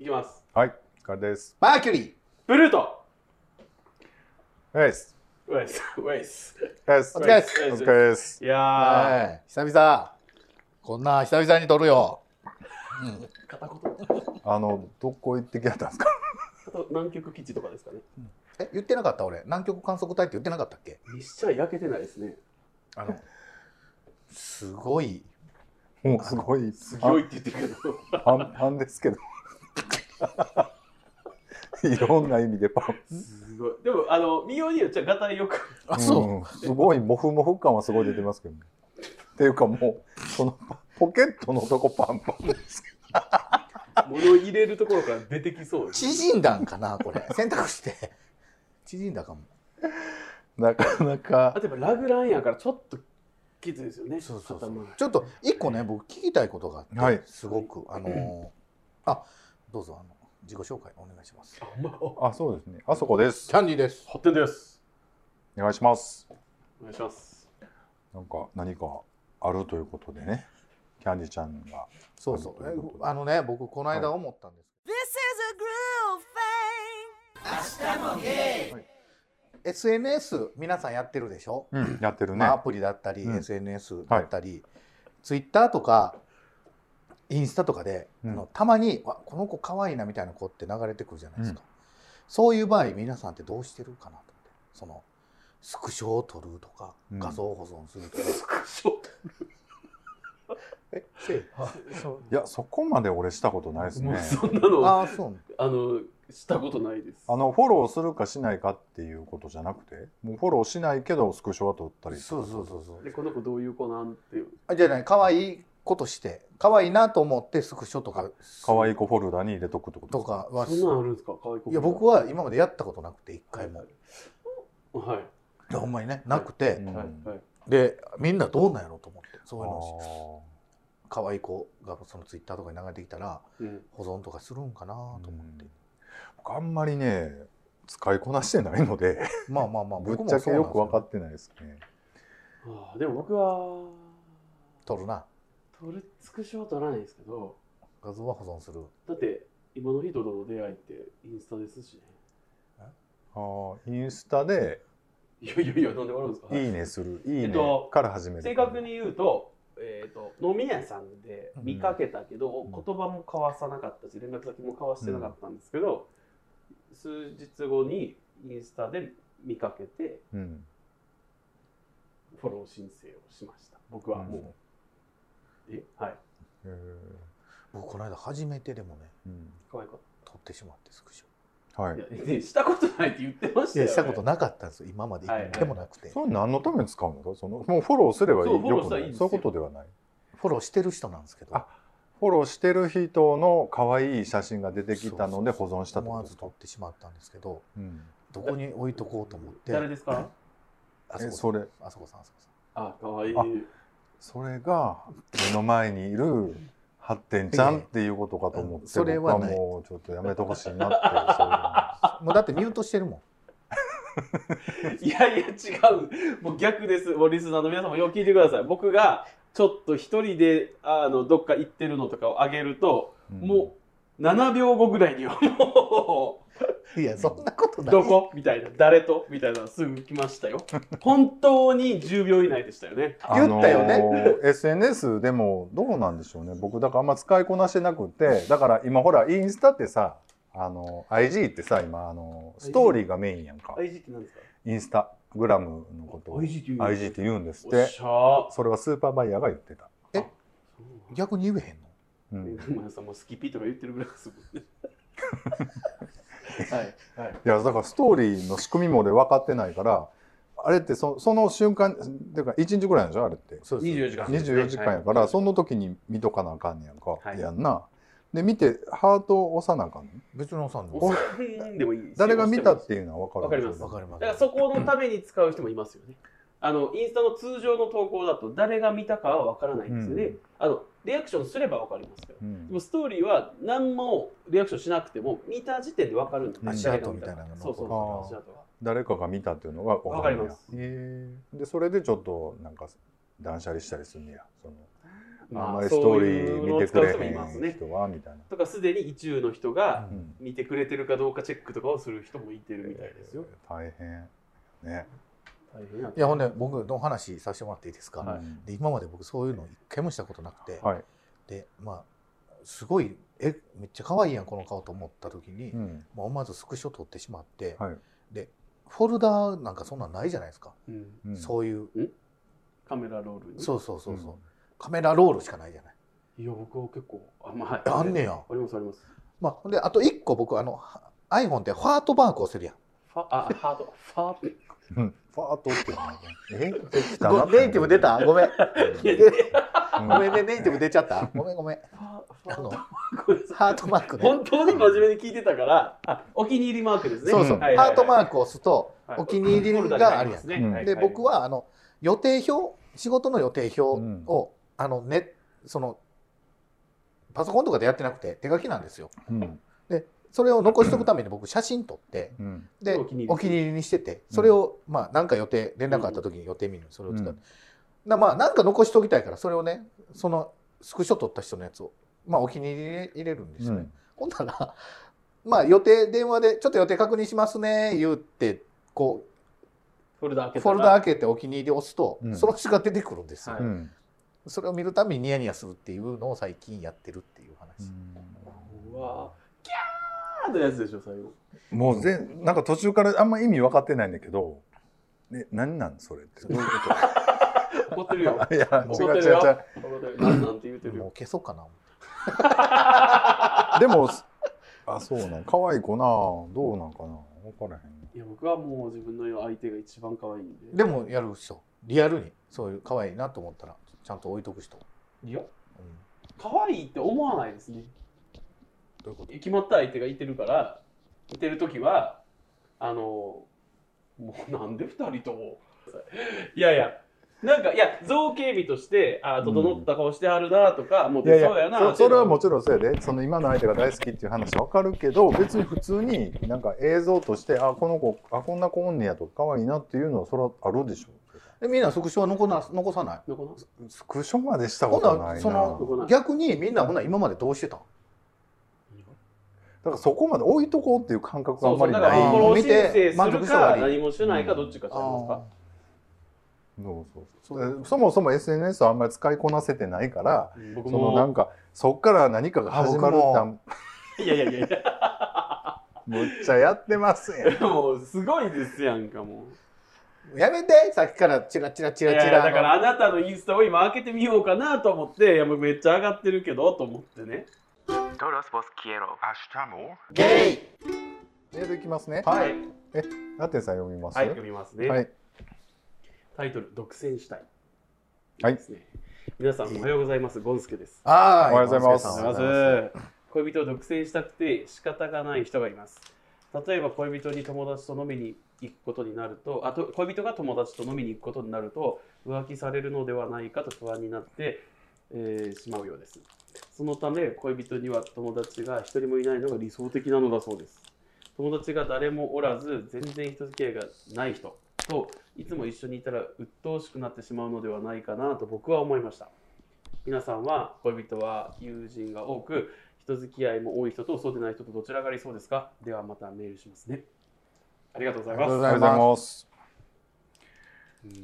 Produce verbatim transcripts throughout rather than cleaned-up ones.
いきます。 はい、これです。 マーキュリー、 プルート、 ウェイス、 ウェイス、ウェイス。 ウェイス、 お疲れです。 お疲れです。 いやー、 はい、久々。こんな久々に撮るよ。うん、 片言。 あの、どこ行ってきやったんですか。 あと南極基地とかですかね。 え、言ってなかった俺。南極観測隊って言ってなかったっけ？ 日射焼けてないですね。 あの、すごい。 もうすごい、 すごいって言ってるけど。 パンパンですけど。いろんな意味でパン。 すごい。でも、あの、見ようによっちゃガタイよく。 あ、そう。 ん、すごいモフモフ感はすごい出てますけど、ね。っていうかもう、そのポケットのとこパンパンです。 物入れるところから出てきそうです。 縮んだんかなこれ。選択して。縮んだかも。 なかなか。 例えばラグランやからちょっときついですよね。 そうそうそう頭。 ちょっと一個ね、僕聞きたいことがあって、 はい、 すごく、あのー、あ、どうぞ、あの、自己紹介お願いします。 あ、まあ、そうですね。あそこです。 キャンディーです。 発展です。 お願いします。 お願いします。 なんか何かあるということでね。キャンディちゃんが。 そうそう。えあのね、僕この間思ったんです。 明日もゲイ。 エスエヌエス 皆さんやってるでしょ、 うん、やってるね、 まあ、アプリだったり、 うん、 エスエヌエス だったり、はい、ツイッターとかインスタとかで、うん、のたまにこの子かわいいなみたいな子って流れてくるじゃないですか、うん、そういう場合皆さんってどうしてるかなと思って、そのスクショを撮るとか、うん、画像保存するとか、 スクショえせいいやそこまで俺したことないですね。 そんなのあそうあのしたことないです。 あのフォローするかしないかっていうことじゃなくて、もうフォローしないけどスクショは撮ったり。 そうそうそうそう。 でこの子どういう子なんていう。 あじゃあね、可愛い子として可愛いなと思ってスクショとか可愛い子フォルダに入れとくってこととかは。 そんなんあるんですか、可愛い子。 いや僕は今までやったことなくて一回も。 はい。 いやほんまにねなくて、 はいはいはい、 でみんなどうなんやろうと思って、そういうの可愛い子がそのツイッターとかに流れてきたら、うん、保存とかするんかなと思って。うん、 僕あんまりね使いこなしてないのでまあまあまあぶっちゃけよく分かってないですね。 あでも僕は撮るな。 撮るスクショは撮らないですけど画像は保存する。だって今の人との出会いってインスタですしね。 ああインスタでいやいやいやなんで笑うんですか。 いいねするいいねから始める。 正確に言うとえー、と飲み屋さんで見かけたけど、うん、言葉も交わさなかったし連絡先も交わしてなかったんですけど、うん、数日後にインスタで見かけて、うん、フォロー申請をしました僕はもう、うん、えはい僕この間初めてでもね、 うん、可愛かった撮ってしまってスクショ。 はい、 いや、ね、したことないって言ってましたよ、ね、 いやしたことなかったんですよ今まで一回もなくて、はいはい、 それ何のために使うの？そのもうフォローすればいいよくない？そういうことではない。 フォローしてる人なんですけど、 あフォローしてる人の可愛い写真が出てきたので保存したってことですか？ 思わず撮ってしまったんですけど、うん、どこに置いとこうと思って。 誰ですか？ あそこそれあそこさんあそこさん。あ可愛い。 それが目の前にいる発展ちゃんっていうことかと思って、それはもうちょっとやめてほしいなって。 もうだってミュートしてるもん。いやいや違う。もう逆です。もうリスナーの皆さんもよく聞いてください。僕がちょっと一人であのどっか行ってるのとかを上げると、うん、もうななびょうごぐらいにはもう。 いやそんなことない。 どこみたいな誰とみたいなすぐ来ましたよ。本当にじゅうびょう以内でしたよね。 言ったよね。 エスエヌエス でもどうなんでしょうね。僕だからあんま使いこなしてなくて、だから今ほらインスタってさ、あの アイジー ってさ今あのストーリーがメインやんか。 アイジー って何ですか？ インスタグラムのことを アイジー って言うんですって。それはスーパーバイヤーが言ってた。 え、逆に言えへんの？ うん。馬さんもスキピーとか言ってるぐらいですもんね。はいはい、 いやだからストーリーの仕組みもで分かってないからあれって そ, その瞬間っていうかいちにちぐらいなんでしょあれって。 そうにじゅうよじかん、 にじゅうよじかんやから、はい、その時に見とかなあかんねやんか、はい、やんな。で見てハートを押さなあかんの？ 別に押さんのでもいい。 誰が見たっていうのは分かる。 分かります。分かります。だからそこのために使う人もいますよね。あのインスタの通常の投稿だと誰が見たかは分からないんですよね、うん、あのリアクションすれば分かりますけど、うん、でもストーリーは何もリアクションしなくても見た時点で分かるんです。 足跡みたいなのがそうそうそう足跡が誰かが見たっていうのが分かるんや。 へえ。でそれでちょっとなんか断捨離したりするんやそのまああんまりストーリー見てくれへそういうのを使う人もいますねん人はみたいな。 とかすでに意中の人がうん見てくれてるかどうかチェックとかをする人もいてるみたいですよ。 大変ね。 大変やいやほんで僕の話させてもらっていいですか、 はいで今まで僕そういうの一回もしたことなくて、 はい。 でまあすごいえめっちゃ可愛いやんこの顔と思った時に、 うん。 もう思わずスクショ撮ってしまって、 はい。 でフォルダーなんかそんなんないじゃないですか、 うんうんそういう、 カメラロールに。 そうそうそうそう、 うんカメラロールしかないじゃない。 いや僕は結構あまあはいあんねや。 ありますあります。 まあほんであと一個僕あの iPhone ってハートマーク押せるやん。 ファあハートファーうんファートっていうのね。えごネイティブ出たごめん。 いやいうんごめんねネイティブ出ちゃったごめんごめん。 ファあのファートハートマークね。 本当に真面目に聞いてたからあお気に入りマークですね。 そうそう、 はいはいはいハートマークを押すとはいお気に入りがあるやん。 フォルダに入りますねうんはいで僕はあの予定表仕事の予定表を、あのねそのパソコンとかでやってなくて手書きなんですよ。 うん。 でそれを残しておくために僕写真撮ってうん。 でお気に入りお気に入りにしててそれをまあ何か予定連絡あった時に予定見るのそれを使って、だまあ何か残しておきたいからそれをねそのスクショ撮った人のやつをまあお気に入りに入れるんですよね。ほんならまあ予定電話でちょっと予定確認しますね言ってこフォルダ開けうフォルダ開けてお気に入り押すと、 うんその人が出てくるんですよ、 はいうん。 それを見るたびにニヤニヤするっていうのを最近やってるっていう話、 うわキャーのやつでしょ最後。 もうぜなんか途中からあんま意味分かってないんだけど、ね何なんそれってどういうこ怒ってるよ。 と？いや怒ってるよ。 違う違う違う。 怒ってるなんなんて言うてるよ。 もう消そうかなでもあそうなん可愛い子などうなんかな分からへん。 いや僕はもう自分の相手が一番可愛いんで。 でもやる人リアルにそういう可愛いなと思ったらちゃんと置いとく人、 いやうん、 可愛いって思わないですね。 どういうこと？ 決まった相手がいてるからいてる時はあのもうなんでふたりともいやいやなんかいや造形美としてあ整った顔してはるなとか、もういやいそうやなやそそれはもちろんそうやでその今の相手が大好きっていう話わかるけど別に普通になんか映像としてあこの子あこんな子おんねやとか可愛いなっていうのはそれはあるでしょ。 でみんなスクショは残な残さない？ のかなスクショまでしたほことないな。 んならそ残ないの逆にみんなほんなら今までどうしてたん？ だからそこまで置いとこうっていう感覚があそうんそうだからまりない。 あー心を申見て請する満足したらかいい何もしないかどっちかちゃいますか。 そうそうそうそもそも エスエヌエス をあんまり使いこなせてないから僕そのなんもかそっから何かが始まるってあんいやいやいやいやむっちゃやってますやん。 もうすごいですやんかもう。 やめてさっきからチラチラチラチラいやいやだからあなたのインスタを今開けてみようかなと思っていやもうめっちゃ上がってるけどと思ってね。 Todos vos quiero. Hasta mo. ゲイメールいきますね。 はいラテンさん読みます。 はい読みますね。 はい。 タイトル独占したい。 はいですね。皆さんおはようございます。ゴンスケです。 あおはようございますおはおはようごようございざいます。恋人を独占したくて仕方がない人がいます。例えば恋人に友達と飲みに行くことになると、あと恋人が友達と飲みに行くことになると浮気されるのではないかと不安になって、えーしまうようです。そのため恋人には友達が一人もいないのが理想的なのだそうです。友達が誰もおらず全然人付き合いがない人といつも一緒にいたら鬱陶しくなってしまうのではないかなと僕は思いました。皆さんは恋人は友人が多く人付き合いも多い人とそうでない人とどちらが理想ですか？ではまたメールしますね。ありがとうございます。 ありがありがとうございます。 うーん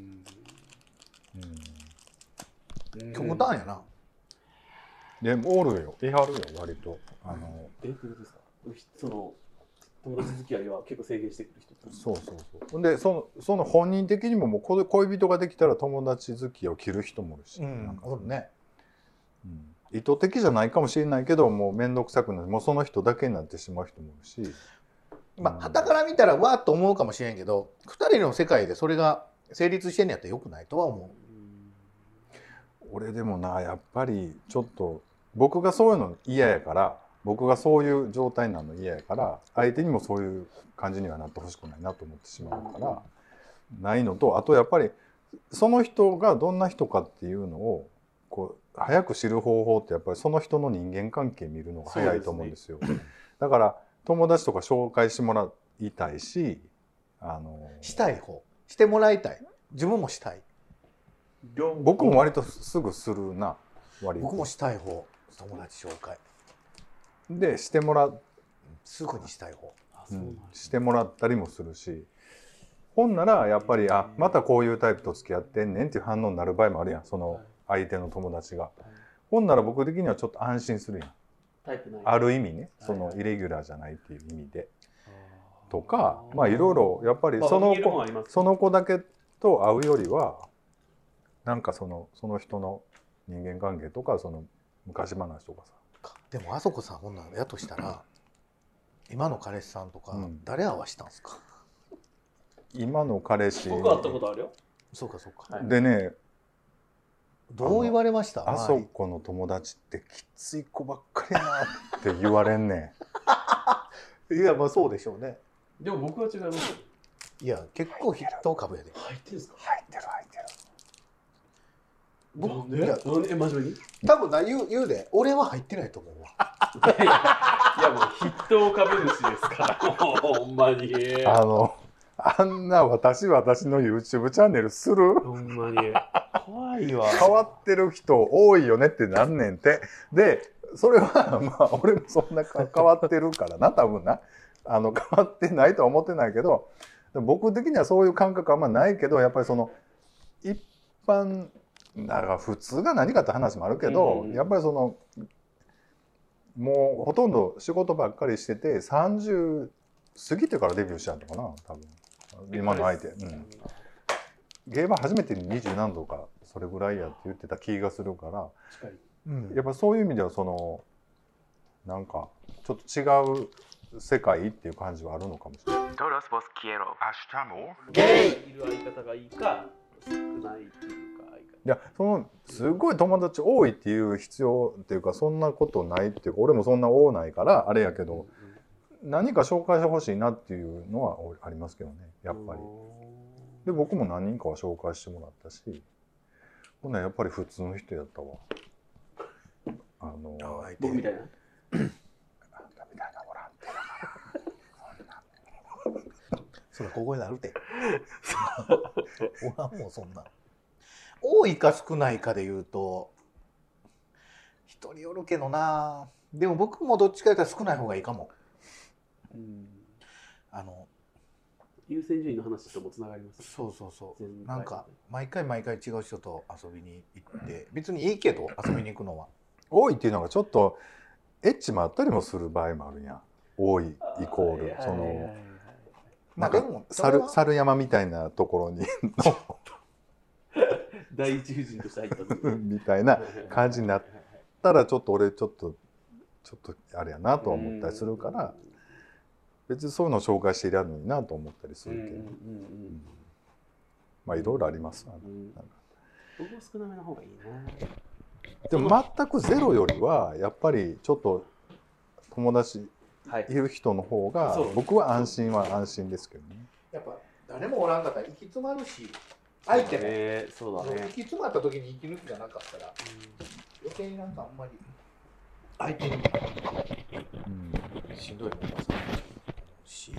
うん極端やな。 でもおるよ。いはるよ割とあのえ、どういうことですか？その友達付き合いは結構制限してくる人ってそうそうそう。でそのその本人的にももうこ恋人ができたら友達付き合いを切る人もいるし、なんかそうね。 うん意図的じゃないかもしれないけどもう面倒くさくなってもうその人だけになってしまう人もいるし。 まあ傍から見たらわーっと思うかもしれんけど、二人の世界でそれが成立してんのやったらよくないとは思俺でもなやっぱりちょっと僕がそういうの嫌やから僕がそういう状態なの嫌やから相手にもそういう感じにはなってほしくないなと思ってしまうからないのとあとやっぱりその人がどんな人かっていうのをこう早く知る方法ってやっぱりその人の人間関係見るのが早いと思うんですよ。だから友達とか紹介してもらいたいしあのう。したい方。してもらいたい。自分もしたい。 僕も割とすぐするな。 割と僕もしたい方、友達紹介でしてもらう、 すぐにしたい方。 あそうなんだしてもらったりもするし、ほんならやっぱりあまたこういうタイプと付き合ってんねんっていう反応になる場合もあるやん、その相手の友達が。ほんなら僕的にはちょっと安心するやん、 タイプないある意味ね、そのイレギュラーじゃないっていう意味でとか、まあいろいろやっぱりその子その子だけと会うよりはなんかそのその人の人間関係とかその昔話とかさ。 でもあそこさんほんならやとしたら今の彼氏さんとかうん誰合わしたんですか？ 今の彼氏僕会ったことあるよ。 そうかそうか。 でね、 どう言われました？ あそこの友達ってきつい子ばっかりやなって言われんねいやまあそうでしょうね。 でも僕は違いますよ。 いや結構筆頭株やで。 入ってんすか？ 入ってる入ってる。 僕なんで？ いやなんでえ真面目に？ 多分な言う言うで俺は入ってないと思うわ。 いやもう筆頭株主ですからもうほんまに。 あのあんな私私の YouTube チャンネルする？ ほんまに怖いわ。 変わってる人多いよねってなんねんて。でそれはまあ俺もそんな変わってるからな多分な、あの変わってないとは思ってないけど、僕的にはそういう感覚あんまないけど、やっぱりその一般だから普通が何かって話もあるけど、 うんうん、 やっぱりそのもうほとんど仕事ばっかりしててさんじゅう過ぎてからデビューしたのかな多分今の相手、うん、芸場初めてにじゅう何度かそれぐらいやって言ってた気がするから、 うん、 やっぱそういう意味ではそのなんかちょっと違う世界っていう感じはあるのかもしれない。 Todos vos quiero. Hasta amor. ゲイいる相方がいいか少ないっていうか相方。 いやそのすごい友達多いっていう必要っていうかそんなことないっていうか俺もそんな多ないからあれやけど、何か紹介してほしいなっていうのはありますけどねやっぱり。で僕も何人かは紹介してもらったし、ほんならやっぱり普通の人やったわ。あの僕みたいな。 あんたみたいなおらんて。 それここになるて。おらんもんそんな。多いか少ないかで言うと人によるけどな。でも僕もどっちか言ったら少ない方がいいかも。 うん、 あの優先順位の話ともつながります。 そうそうそう。 全然なんか毎回毎回違う人と遊びに行って別にいいけど遊びに行くのは多いっていうのがちょっとエッチもあったりもする場合もあるやん。多いイコールそのなんか猿猿山みたいなところに第一夫人として入った時みたいな感じになったらちょっと俺ちょっとちょっとあれやなとは思ったりするから、別にそういうのを紹介してやるのになと思ったりするけど、まあいろいろありますわ、ね、うん、 僕は少なめの方がいいな。 でも全くゼロよりはやっぱりちょっと友達いる人の方が僕は安心は安心ですけどね。 やっぱ誰もおらんかったら行き詰まるし相手も、 ね、そうだね、 行き詰まった時に息抜きがなかったら、うん、余計になんかあんまり相手に、うん、しんどいもんがさし、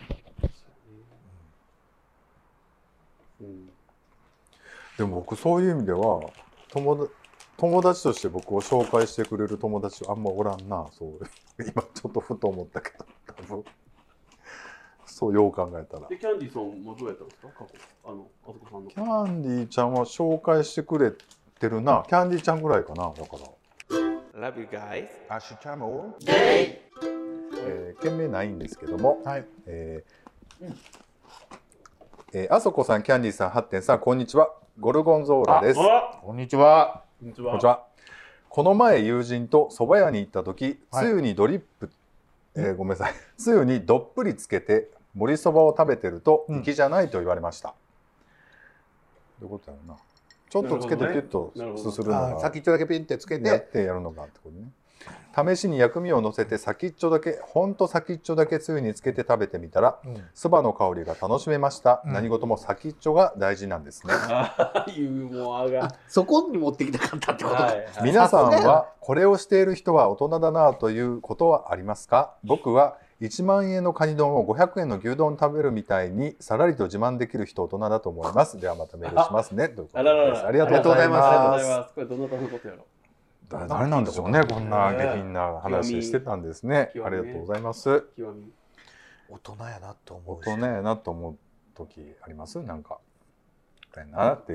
うん、でも僕そういう意味では友達友達として僕を紹介してくれる友達あんまおらんな。そう今ちょっとふと思ったけど多分そうよう考えたら。 でキャンディーさんもどうやったんですか過去あのあそこさんの。 キャンディーちゃんは紹介してくれてるな。キャンディーちゃんぐらいかなだから。 Love you guys. Hasta amor. えー、件名ないんですけども、 はい、 えーうんえー、あそこさん、キャンディーさん、ハッテンさん、こんにちは。ゴルゴンゾーラです。 こんにちは。 こんにちは。こんにちは。この前友人と蕎麦屋に行った時、つゆにドリップ、はい、えー、ごめんなさい、つゆにどっぷりつけて盛りそばを食べてると粋じゃないと言われました。どういうことだろうな。ちょっとつけてピュッとすするのが、 先っちょだけピンってつけてやってやるのがってことね。試しに薬味をのせて先っちょだけほんと先っちょだけつゆにつけて食べてみたらそば、うん、の香りが楽しめました、うん、何事も先っちょが大事なんですね。 ユーモアがそこに持ってきたかったってことか、はいはい、 皆さんはこれをしている人は大人だなということはありますか？僕はいちまんえんのカニ丼をごひゃくえんの牛丼食べるみたいにさらりと自慢できる人大人だと思います。ではまたメールしますねということです。ありがとうございます。 これどなたのことやろう。 だ誰なんでしょうね、こんな下品な話してたんですね。 極みありがとうございます。 極み大人やなと思う大人やなと思う時あります？なんかだなっていう。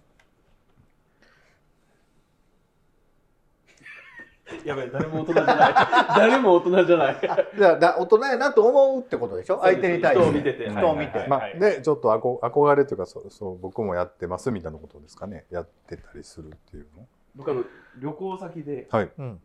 やばい、誰も大人じゃない誰も大人じゃないじゃあだ大人やなと思うってことでしょ、相手に対して人を見てて人を見て、 はいはいまあ、でちょっと憧憧れというかそうそう僕もやってますみたいなことですかね。やってたりするっていうの。 僕あの旅行先ではい。 うん、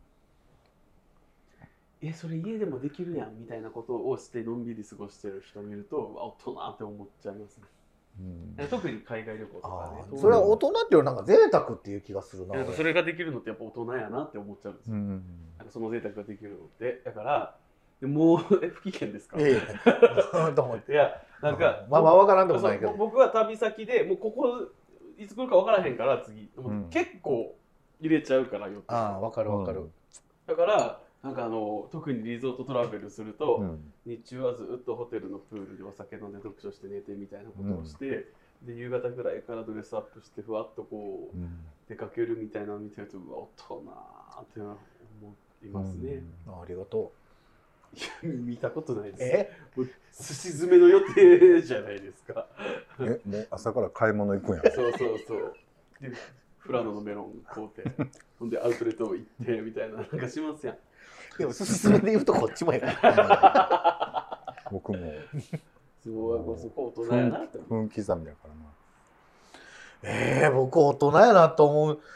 えそれ家でもできるやんみたいなことをしてのんびり過ごしてる人を見るとうわ大人って思っちゃいますね。 うん特に海外旅行とかねあーそれは大人っていうのはなんか贅沢っていう気がするな。 なんかそれができるのってやっぱ大人やなって思っちゃうんですよ、 うんなんかその贅沢ができるのってだからでもうえ不機嫌ですか？ いやいやと思っていやなんかまあまあ分からんでもないけどそう僕は旅先でもうここいつ来るか分からへんから次、もう結構入れちゃうからよって、 ああ分かる分かる、 だからなんかあの特にリゾートトラベルすると、 うん日中はずっとホテルのプールでお酒飲んで読書して寝てみたいなことをして、で夕方ぐらいからドレスアップしてふわっとこう、 うん出かけるみたいなのを見てるとうわ大人って思いますね、 ありがといや見たことないです。 えもう寿司詰めの予定じゃないですか。 えもう朝から買い物行くんや。 そうそうそう。でフラノのメロン買うて、ほんでアウトレット行ってみたいななんかしますやん。 う。でも進めで言うとこっちもやから僕もそうそこ大人やなって思う。 分刻みだからな。 ええ僕大人やなと思う。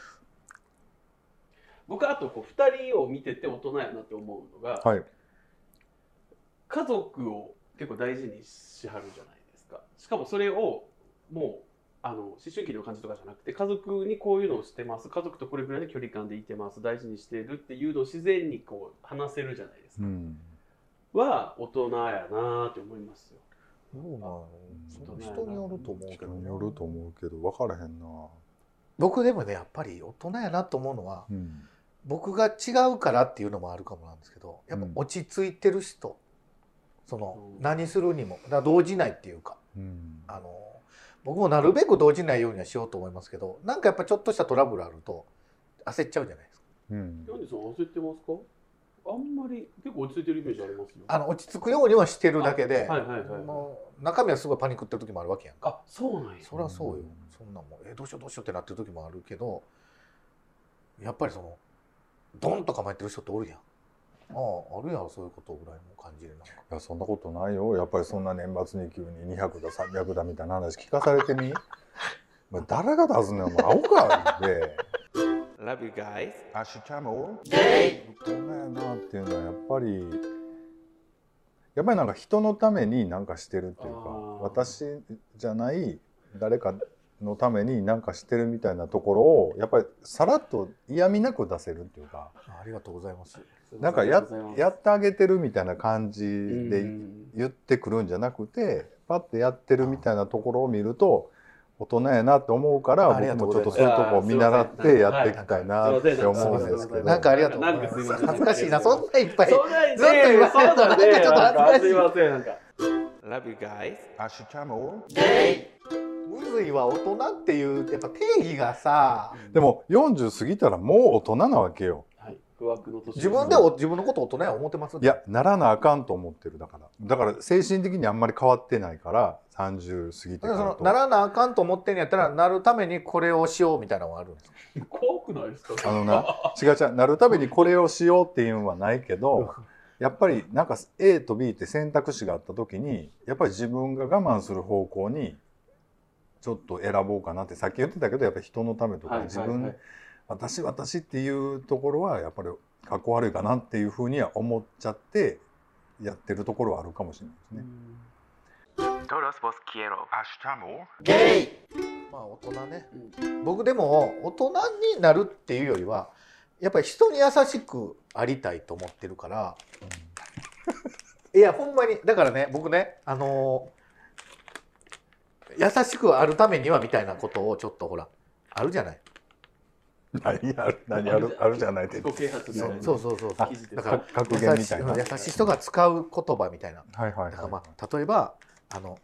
僕あとこうふたりを見てて大人やなって思うのが、 はい。 家族を結構大事にしはるじゃないですか。しかもそれをもうあの思春期の感じとかじゃなくて、家族にこういうのをしてます、家族とこれぐらいの距離感でいてます、大事にしているっていうのを自然にこう話せるじゃないですか、 うん。 は大人やなって思いますよ。 そうなの、その人によると思うけどな。 人によると思うけど分からへんな。 僕でもねやっぱり大人やなと思うのは、 うん。 僕が違うからっていうのもあるかもなんですけど、やっぱ落ち着いてる人、そのうん何するにもだから動じないっていうか、 うん。 あの僕もなるべく動じないようにはしようと思いますけど、なんかやっぱちょっとしたトラブルあると焦っちゃうじゃないですか。 うん。 ヤンディさん焦ってますか？あんまり結構落ち着いてるイメージありますよ。 あの落ち着くようにはしてるだけで、 はいはいはい。 もう中身はすごいパニックってる時もあるわけやんか。 あ、そうなんや。 そりゃそうよ、 うんそんなんもうえどうしようどうしようってなってる時もあるけど、やっぱりそのドンと構えてる人っておるやん。あああるやろそういうことぐらいの感じでなんか。 いやそんなことないよ。やっぱりそんな年末に急ににひゃくださんびゃくだみたいな話聞かされてみ。まあ誰が出すねん、もう青かで。 Love you guys. アシュチャモ大人やなっていうのはやっぱりやっぱりなんか人のために何かしてるっていうか、 あー私じゃない誰かのために何かしてるみたいなところをやっぱりさらっと嫌味なく出せるっていうか、 あありがとうございます。 なんかややっってあげてるみたいな感じてで言ってくるんじゃなくて、パッてやってるみたいなところを見ると大人やなって思うから、 ありがとう僕もございますちょっとそういうとこを見習ってやっていきたいなって思うんですけど、 なんかありがとうございます。 なんかすいません恥ずかしいな、そんないっぱい。 そんなんずっと言わせるとなんかちょっと恥ずかしいすいませんなんか。 Love you guys. アシュチャモむずいわ、大人っていうやっぱ定義がさ、 でもよんじゅう過ぎたらもう大人なわけよ。 はい。不惑の年。 自分でお自分のこと大人や思ってます？ いやならなあかんと思ってる。だからだから精神的にあんまり変わってないからさんじゅう過ぎてからとだからそのならなあかんと思ってんやったらなるためにこれをしようみたいなのはあるんですか？ 怖くないですか？ あのな違う違うなるためにこれをしようっていうのはないけど、やっぱりなんか A と B って選択肢があった時にやっぱり自分が我慢する方向にちょっと選ぼうかなってさっき言ってたけど、やっぱり人のためとか自分、私私っていうところはやっぱりかっこ悪いかなっていうふうには思っちゃってやってるところはあるかもしれないですね。 Todos vos quiero. アシュチャモゲイ。まあ大人ね。僕でも大人になるっていうよりはやっぱり人に優しくありたいと思ってるから。いやほんまにだからね僕ねあのー、優しくあるためにはみたいなことをちょっとほらあるじゃない。 何ある何あるあるじゃないって自己啓発みたいな。 そうそうそうそう。 記事でだから格言みたいな。 優しい人が使う言葉みたいな。 はいはいだからまはあ例えばあの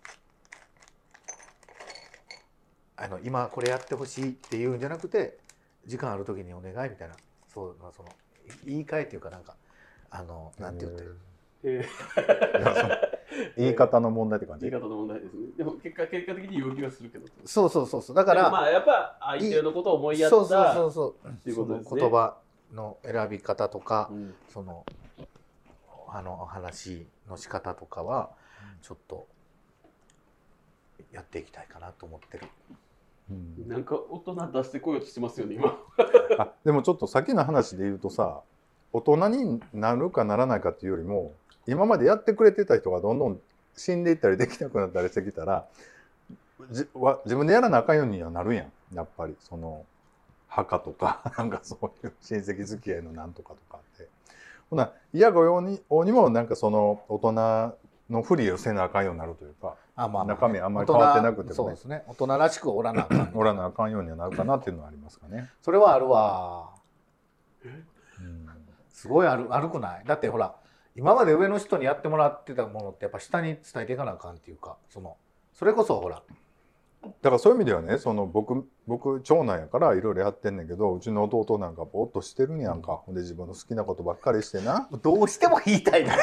あの今これやってほしいっていうんじゃなくて時間ある時にお願いみたいなそうその言い換えっていうかなんかあのなんて言ってる、 えいやその言い方の問題って感じ。 言い方の問題ですね。でも結果結果的に要求はするけど。 そうそうそうそうだからまあやっぱ相手のことを思いやったそうそうそうそうっていうことですね。 その言葉の選び方とか、 うん、 そのあの話の仕方とかはちょっとやっていきたいかなと思ってる。 うん、 なんか大人出してこようとしてますよね今。 あでもちょっとさっきの話で言うとさ、大人になるかならないかっていうよりも今までやってくれてた人がどんどん死んでいったりできなくなったりしてきたらじわ自分でやらなあかんようにはなるやん。やっぱりその墓とかなんかそういう親戚付き合いのなんとかとかってほな嫌がようににもなんかその大人のふりをせなあかんようになるというか、 あ、まあまあ、 中身あんまり変わってなくてもね、 そうですね、大人らしくおらなあかんおらなあかんようにはなるかなっていうのはありますかね。 それはあるわ。 うんすごいある、あるくない？だってほら今まで上の人にやってもらってたものってやっぱ下に伝えていかなあかんっていうか、そのそれこそほらだからそういう意味ではね、その僕僕長男やからいろいろやってんねんけど、うちの弟なんかぼーっとしてるんやんか。ほんで自分の好きなことばっかりしてな。 どうしても言いたいな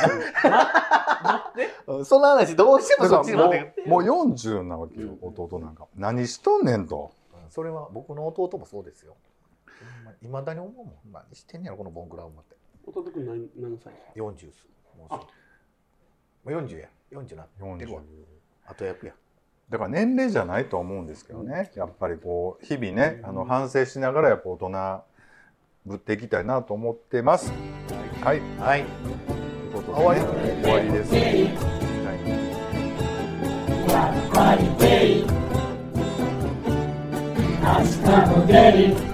その話どうしてもそっちに持ってくる。 もうよんじゅうなわけよ、弟なんか。何しとんねんと。 それは僕の弟もそうですよ。いまだに思うもん。何してんねやろこのボンクラ思って。 弟くん何何歳？ よんじゅうす。もうすぐ。よんじゅうや。よんじゅうなってるわ。後役や。 だから年齢じゃないと思うんですけどね、やっぱりこう日々ね、あの反省しながらやっぱ大人ぶっていきたいなと思ってます。はいはい。 ということで、ね、終わり終わりです。はい。 明日も出る